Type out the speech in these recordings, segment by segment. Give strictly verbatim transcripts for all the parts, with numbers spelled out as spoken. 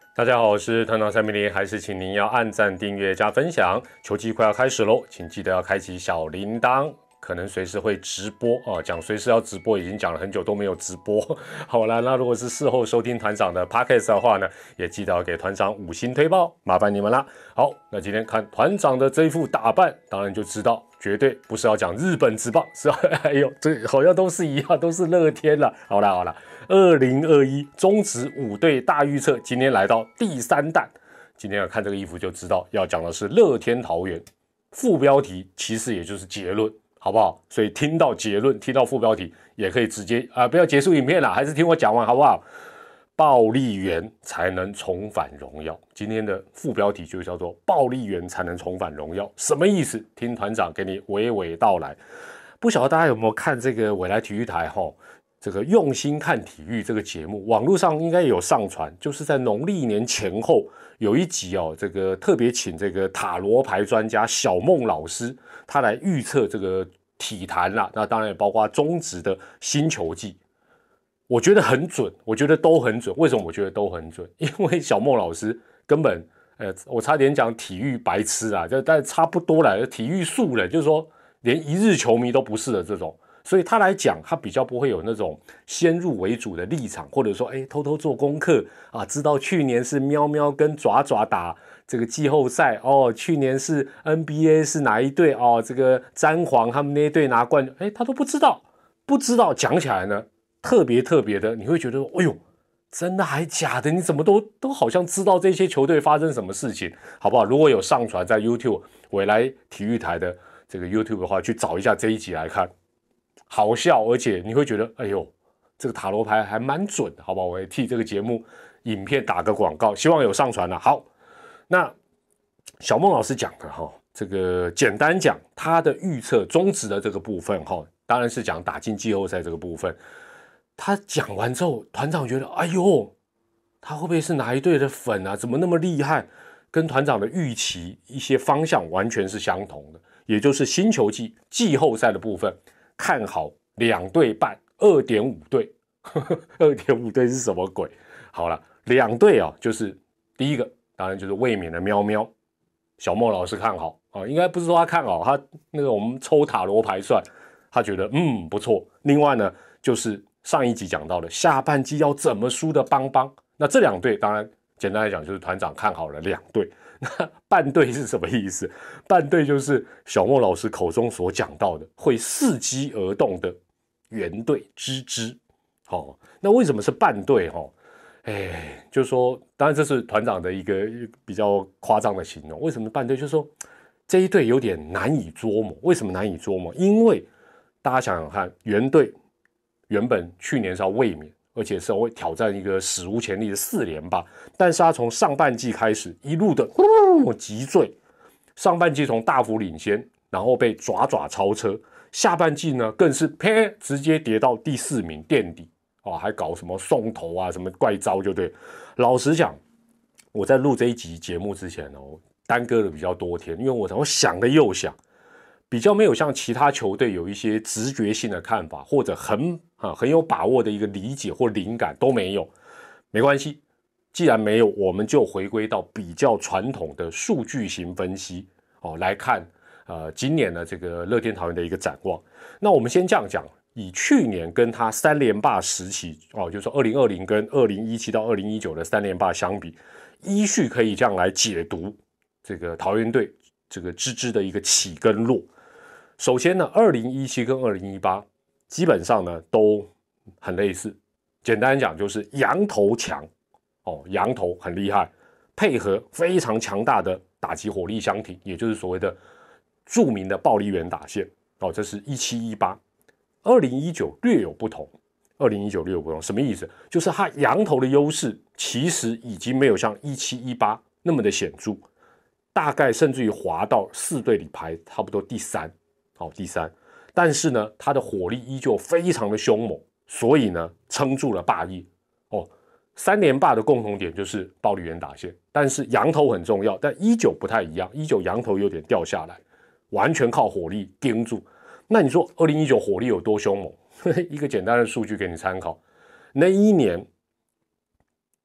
大家好，我是团长蔡明林，还是请您要按赞、订阅、加分享。球季快要开始喽，请记得要开启小铃铛，可能随时会直播啊。讲随时要直播，已经讲了很久都没有直播。好了，那如果是事后收听团长的 podcast 的话呢，也记得要给团长五星推爆，麻烦你们啦。好，那今天看团长的这一副打扮，当然就知道绝对不是要讲日本职棒，是吧？哎呦，这好像都是一样，都是乐天了。好啦好啦。二零二一中职五队大预测，今天来到第三弹。今天要看这个衣服就知道，要讲的是乐天桃园。副标题其实也就是结论，好不好？所以听到结论，听到副标题，也可以直接啊、呃，不要结束影片啦，还是听我讲完，好不好？暴力员才能重返荣耀。今天的副标题就叫做“暴力员才能重返荣耀”，什么意思？听团长给你娓娓道来。不晓得大家有没有看这个未来体育台哈？这个用心看体育这个节目，网络上应该有上传，就是在农历年前后有一集哦，这个特别请这个塔罗牌专家小孟老师，他来预测这个体坛啦，那当然也包括中职的新球季，我觉得很准，我觉得都很准。为什么我觉得都很准？因为小孟老师根本，呃，我差点讲体育白痴啊，就但差不多啦，体育素人，就是说连一日球迷都不是的这种。所以他来讲，他比较不会有那种先入为主的立场，或者说，哎，偷偷做功课啊，知道去年是喵喵跟爪爪打这个季后赛哦，去年是 N B A 是哪一队哦，这个詹皇他们那一队拿冠军，哎，他都不知道，不知道讲起来呢，特别特别的，你会觉得，哎呦，真的还假的？你怎么都都好像知道这些球队发生什么事情，好不好？如果有上传在 YouTube 未来体育台的这个 YouTube 的话，去找一下这一集来看。好笑，而且你会觉得，哎呦，这个塔罗牌还蛮准的，好不好？我也替这个节目影片打个广告，希望有上传了。好，那小孟老师讲的哈，这个简单讲，他的预测中职的这个部分哈，当然是讲打进季后赛这个部分。他讲完之后，团长觉得，哎呦，他会不会是哪一队的粉啊？怎么那么厉害？跟团长的预期一些方向完全是相同的，也就是新球季季后赛的部分。看好两队半 二点五 队 二点五 队是什么鬼？好了，两队啊，就是第一个当然就是卫冕的喵喵，小孟老师看好啊，应该不是说他看好，他那个我们抽塔罗牌算，他觉得嗯不错。另外呢，就是上一集讲到的下半季要怎么输的邦邦，那这两队当然简单来讲就是团长看好了两队。那半队是什么意思？半队就是小孟老师口中所讲到的会伺机而动的原队之之。哦，那为什么是半队？哦，哎，就是说，当然这是团长的一个比较夸张的形容。为什么半队？就是说这一队有点难以捉摸。为什么难以捉摸？因为大家想想看，原队原本去年是要卫冕。而且是会挑战一个史无前例的四连霸，但是他从上半季开始一路的呼急坠，上半季从大幅领先，然后被爪爪超车，下半季呢更是啪直接跌到第四名垫底啊，还搞什么送头啊什么怪招就对。老实讲，我在录这一集节目之前哦，耽搁了比较多天，因为我我想了又想。比较没有像其他球队有一些直觉性的看法，或者很啊很有把握的一个理解或灵感都没有，没关系，既然没有，我们就回归到比较传统的数据型分析哦来看，呃，今年的这个乐天桃园的一个展望。那我们先这样讲，以去年跟他三连霸时期哦，就是二零二零跟二零一七到二零一九的三连霸相比，依序可以这样来解读这个桃园队这个支支的一个起跟落。首先呢，二零一七跟二零一八基本上呢都很类似，简单讲就是洋投强哦，洋投很厉害，配合非常强大的打击火力相挺，也就是所谓的著名的暴力员打线哦，这是一七一八。二零一九略有不同，二零一九略有不同，什么意思？就是它洋投的优势其实已经没有像一七一八那么的显著，大概甚至于滑到四队里排差不多第三。好，第三，但是呢，他的火力依旧非常的凶猛，所以呢，撑住了霸业。哦，三连霸的共同点就是暴力员打线，但是洋投很重要，但一九不太一样，一九洋投有点掉下来，完全靠火力盯住。那你说二零一九火力有多凶猛？一个简单的数据给你参考，那一年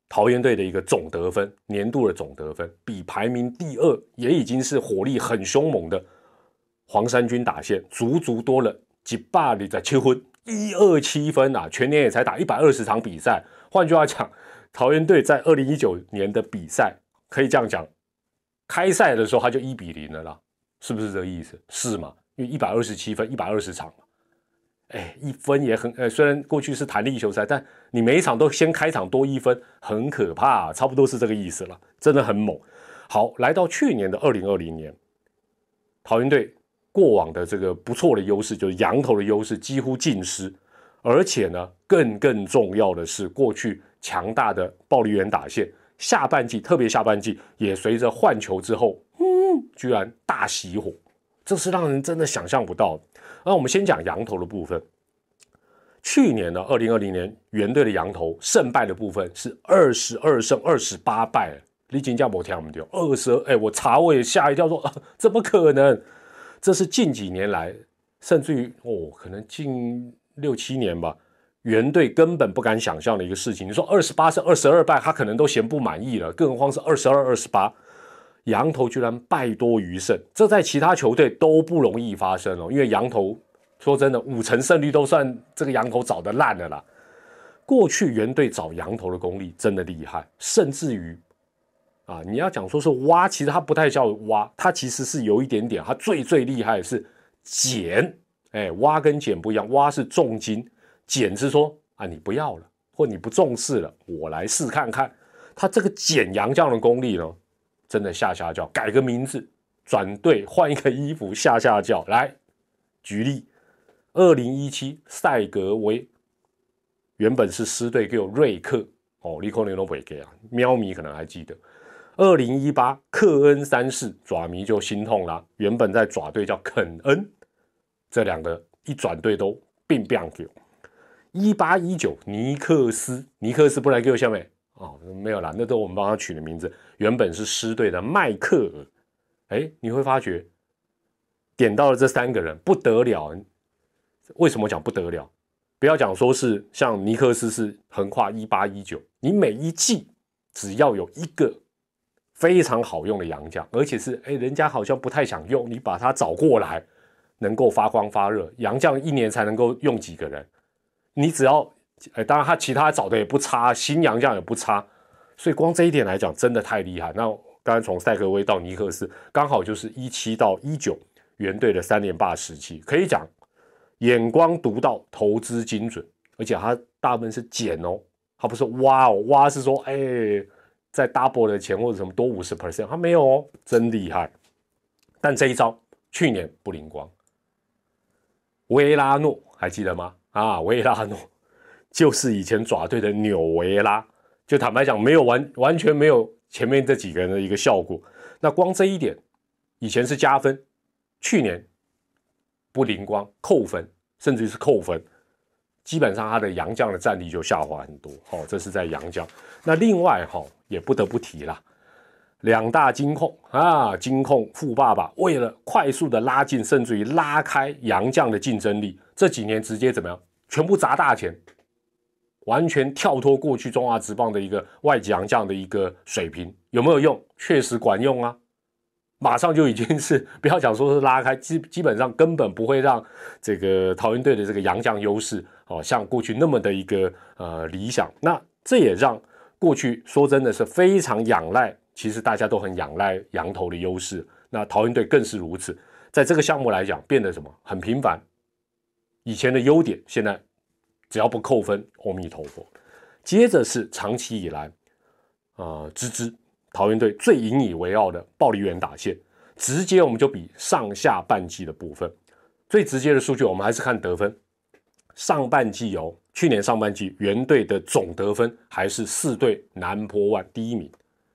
桃园队的一个总得分，年度的总得分，比排名第二也已经是火力很凶猛的黄衫军打线，足足多了一百二十七分，一百二十七分啊！全年也才打一百二十场比赛。换句话讲，桃园队在二零一九年的比赛，可以这样讲，开赛的时候他就一比零了啦，是不是这个意思？是嘛？因为一百二十七分，一百二十场嘛。哎，一分也很，呃，虽然过去是弹力球赛，但你每一场都先开场多一分，很可怕，差不多是这个意思了，真的很猛。好，来到去年的二零二零年，桃园队过往的这个不错的优势，就是洋投的优势几乎尽失，而且呢，更更重要的是，过去强大的暴力员打线，下半季特别下半季也随着换球之后，嗯，居然大熄火，这是让人真的想象不到的。那我们先讲洋投的部分。去年呢，二零二零年原队的洋投胜败的部分是二十二胜二十八败，你真的没听我们丢二十二，哎，我查我也吓一跳说，说、啊、怎么可能？这是近几年来，甚至于哦，可能近六七年吧，原队根本不敢想象的一个事情。你说二十八胜二十二败，他可能都嫌不满意了，更何况是二十二二十八。洋投居然败多于胜，这在其他球队都不容易发生哦。因为洋投说真的，五成胜率都算这个洋投找得烂了啦。过去原队找洋投的功力真的厉害，甚至于啊，你要讲说是挖，其实它不太叫挖，它其实是有一点点，它最最厉害的是捡。哎，挖跟捡不一样，挖是重金，捡是说啊你不要了，或你不重视了，我来试看看。他这个捡洋将的功力呢？真的下下叫，改个名字，转队换一个衣服，下下叫。来举例，二零一七塞格威原本是狮队给我瑞克哦，你可能都不会给啊，喵迷可能还记得。二零一八克恩三世爪迷就心痛啦，原本在爪队叫肯恩，这两个一转队都并并给。一八一九尼克斯，尼克斯不来给我下面。哦，没有啦，那都我们帮他取的名字。原本是狮队的麦克尔，哎，你会发觉点到了这三个人不得了。为什么讲不得了？不要讲说是像尼克斯是横跨一八一九，你每一季只要有一个非常好用的洋将，而且是哎人家好像不太想用，你把他找过来，能够发光发热。洋将一年才能够用几个人？你只要哎，当然他其他找的也不差，新洋将也不差，所以光这一点来讲真的太厉害。那刚才从塞格威到尼克斯，刚好就是一七到一九原队的三连霸时期，可以讲眼光独到，投资精准，而且他大部分是捡哦，他不是挖哦，挖是说哎在 double 的钱或者什么多 百分之五十， 他没有哦，真厉害。但这一招去年不灵光，维拉诺还记得吗？啊，维拉诺。就是以前爪队的纽维拉，就坦白讲，没有完完全没有前面这几个人的一个效果。那光这一点，以前是加分，去年不灵光，扣分，甚至是扣分，基本上他的洋将的战力就下滑很多。哦，这是在洋将。那另外哈、哦，也不得不提啦，两大金控啊，金控富爸爸为了快速的拉近，甚至于拉开洋将的竞争力，这几年直接怎么样？全部砸大钱。完全跳脱过去中华职棒的一个外籍洋将的一个水平，有没有用？确实管用啊！马上就已经是不要讲说是拉开，基基本上根本不会让这个桃园队的这个洋将优势哦，像过去那么的一个呃理想。那这也让过去说真的是非常仰赖，其实大家都很仰赖洋投的优势。那桃园队更是如此，在这个项目来讲，变得什么很频繁。以前的优点，现在。只要不扣分，阿弥陀佛。接着是长期以来，呃，芝芝桃园队最引以为傲的暴力员打线，直接我们就比上下半季的部分，最直接的数据，我们还是看得分。上半季哦，去年上半季原队的总得分还是四队南波万第一名，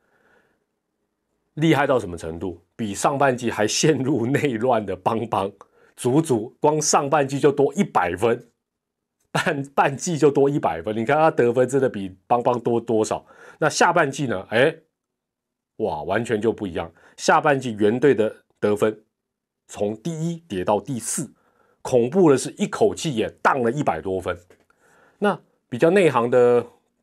厉害到什么程度？比上半季还陷入内乱的邦邦，足足光上半季就多一百分。半半季就多一百分，你看他得分真的比邦邦多多少？那下半季呢？哎，哇，完全就不一样。下半季原队的得分从第一跌到第四，恐怖的是一口气也荡了一百多分。那比较内行的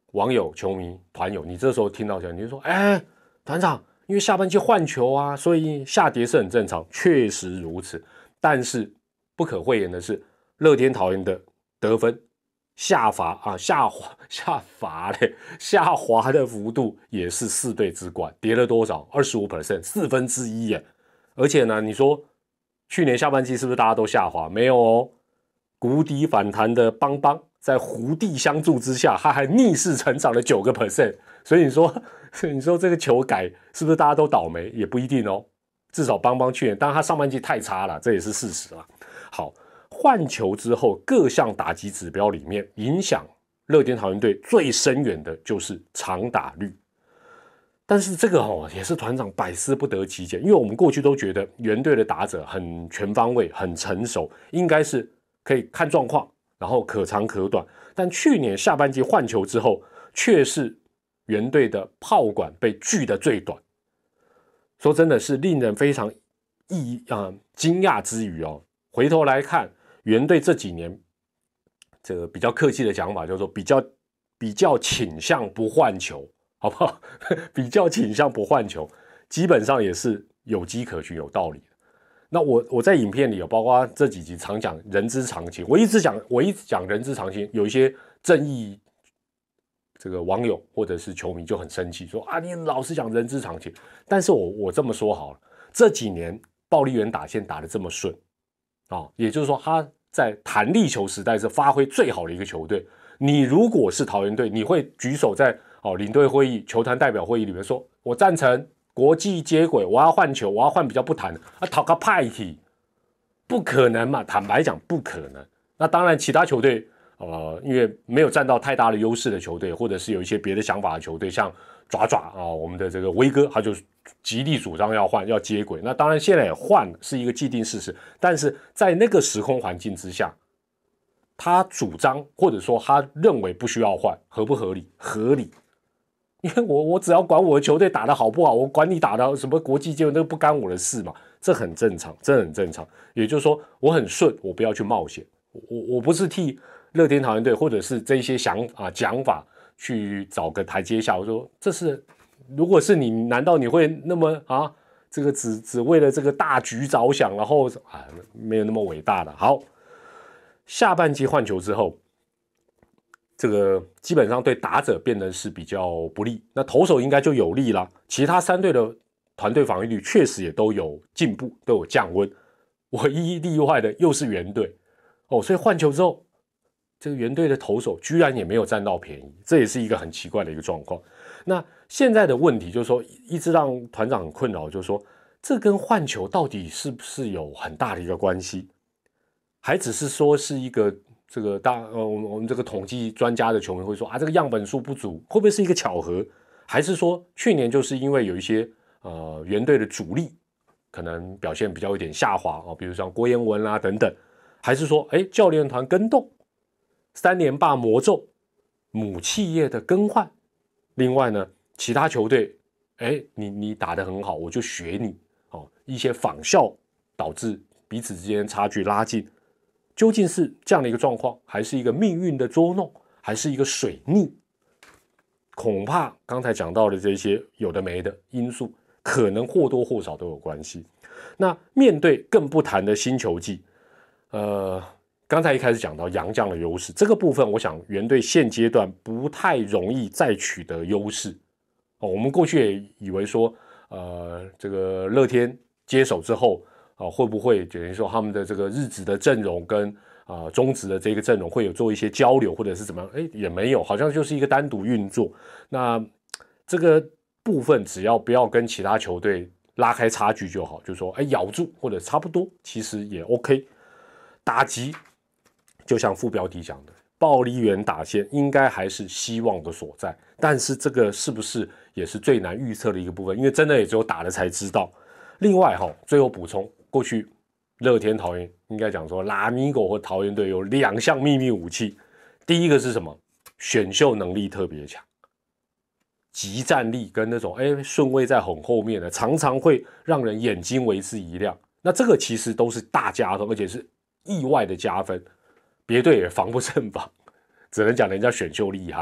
网友、球迷、团友，你这时候听到这样，你就说：“哎，团长，因为下半季换球啊，所以下跌是很正常，确实如此。但是不可讳言的是，乐天桃园的得分下滑啊，下滑下滑嘞，下滑的幅度也是四队之冠，跌了多少？ 百分之二十五， 四分之一耶！而且呢，你说去年下半季是不是大家都下滑？没有哦，谷底反弹的邦邦。”在胡地相助之下，他还逆势成长了九个 percent， 所以你说，你说这个球改是不是大家都倒霉？也不一定哦。至少邦邦去年，当然他上半季太差了，这也是事实啦。好，换球之后，各项打击指标里面，影响乐天桃园队最深远的就是长打率。但是这个哦，也是团长百思不得其解，因为我们过去都觉得原队的打者很全方位、很成熟，应该是可以看状况。然后可长可短，但去年下半季换球之后，却是原队的炮管被锯得最短。说真的是令人非常意啊惊讶之余哦，回头来看原队这几年，这个比较客气的讲法就是说比较比较倾向不换球，好不好？比较倾向不换球，基本上也是有迹可循，有道理。那我我在影片里有包括这几集常讲人之常情，我一直讲我一直讲人之常情，有一些正义这个网友或者是球迷就很生气，说啊你老是讲人之常情，但是我我这么说好了，这几年暴力员打线打得这么顺啊、哦，也就是说他在弹力球时代是发挥最好的一个球队。你如果是桃园队，你会举手在哦领队会议、球团代表会议里面说，我赞成。国际接轨，我要换球，我要换比较不弹的啊，讨个派体，不可能嘛？坦白讲，不可能。那当然，其他球队，呃，因为没有占到太大的优势的球队，或者是有一些别的想法的球队，像爪爪啊，我们的这个威哥，他就极力主张要换，要接轨。那当然，现在也换是一个既定事实，但是在那个时空环境之下，他主张或者说他认为不需要换，合不合理？合理。因为我我只要管我的球队打得好不好，我管你打到什么国际接轨，那不干我的事嘛，这很正常，这很正常。也就是说，我很顺，我不要去冒险，我我不是替乐天桃园队或者是这些想啊讲法去找个台阶下。我说这是，如果是你，难道你会那么啊这个只只为了这个大局着想，然后啊没有那么伟大的。好，下半季换球之后。这个基本上对打者变得是比较不利，那投手应该就有利啦。其他三队的团队防御率确实也都有进步，都有降温。唯一例外的又是原队哦，所以换球之后，这个原队的投手居然也没有占到便宜，这也是一个很奇怪的一个状况。那现在的问题就是说，一直让团长很困扰，就是说这跟换球到底是不是有很大的一个关系，还只是说是一个。这个大呃，我们我们这个统计专家的球迷会说啊，这个样本数不足，会不会是一个巧合？还是说去年就是因为有一些呃原队的主力可能表现比较有点下滑啊、哦，比如像郭彦文啦、啊、等等，还是说哎教练团跟动，三连霸魔咒，母企业的更换，另外呢其他球队哎你你打得很好，我就学你哦，一些仿效导致彼此之间差距拉近。究竟是这样的一个状况，还是一个命运的捉弄，还是一个水逆？恐怕刚才讲到的这些有的没的因素，可能或多或少都有关系。那面对更不谈的新球季，呃，刚才一开始讲到洋将的优势，这个部分我想原队现阶段不太容易再取得优势。哦，我们过去也以为说，呃，这个乐天接手之后。啊，会不会等于说他们的这个日职的阵容跟啊中职的这个阵容会有做一些交流，或者是怎么样？哎，也没有，好像就是一个单独运作。那这个部分只要不要跟其他球队拉开差距就好，就是说哎咬住或者差不多，其实也 OK。打击就像副标题讲的，暴力员打线应该还是希望的所在，但是这个是不是也是最难预测的一个部分？因为真的也只有打了才知道。另外哈，最后补充。过去乐天桃园应该讲说拉米狗或桃园队有两项秘密武器，第一个是什么？选秀能力特别强，即战力跟那种哎顺位在很后面的，常常会让人眼睛为之一亮。那这个其实都是大加分，而且是意外的加分，别队也防不胜防，只能讲人家选秀厉害。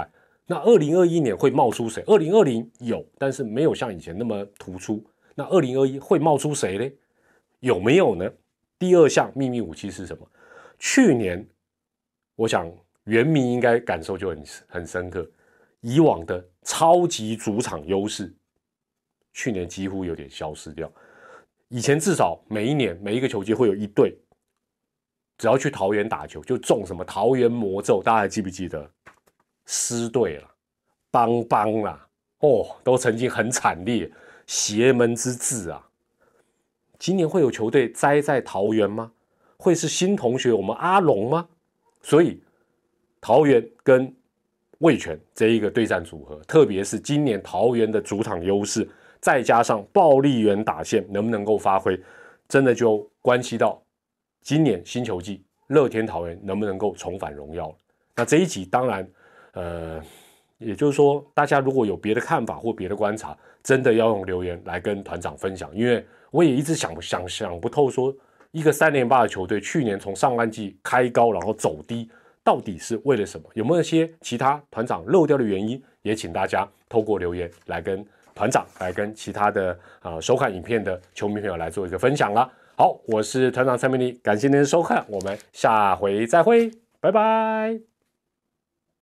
那二零二一年会冒出谁？二零二零有，但是没有像以前那么突出。那二零二一会冒出谁呢？有没有呢？第二项秘密武器是什么？去年，我想原迷应该感受就很很深刻，以往的超级主场优势，去年几乎有点消失掉。以前至少每一年每一个球季会有一队，只要去桃园打球就中什么桃园魔咒，大家还记不记得？狮队啦，邦邦啦，哦，都曾经很惨烈，邪门之至啊！今年会有球队栽在桃园吗？会是新同学我们阿龙吗？所以桃园跟味全这一个对战组合，特别是今年桃园的主场优势，再加上暴力员打线能不能够发挥，真的就关系到今年新球季乐天桃园能不能够重返荣耀。那这一集当然。呃，也就是说，大家如果有别的看法或别的观察，真的要用留言来跟团长分享，因为我也一直想想想不透说，一个三连霸的球队，去年从上半季开高然后走低，到底是为了什么？有没有一些其他团长漏掉的原因？也请大家透过留言来跟团长，来跟其他的啊、呃、收看影片的球迷朋友来做一个分享啦。好，我是团长蔡明黎，感谢您的收看，我们下回再会，拜拜。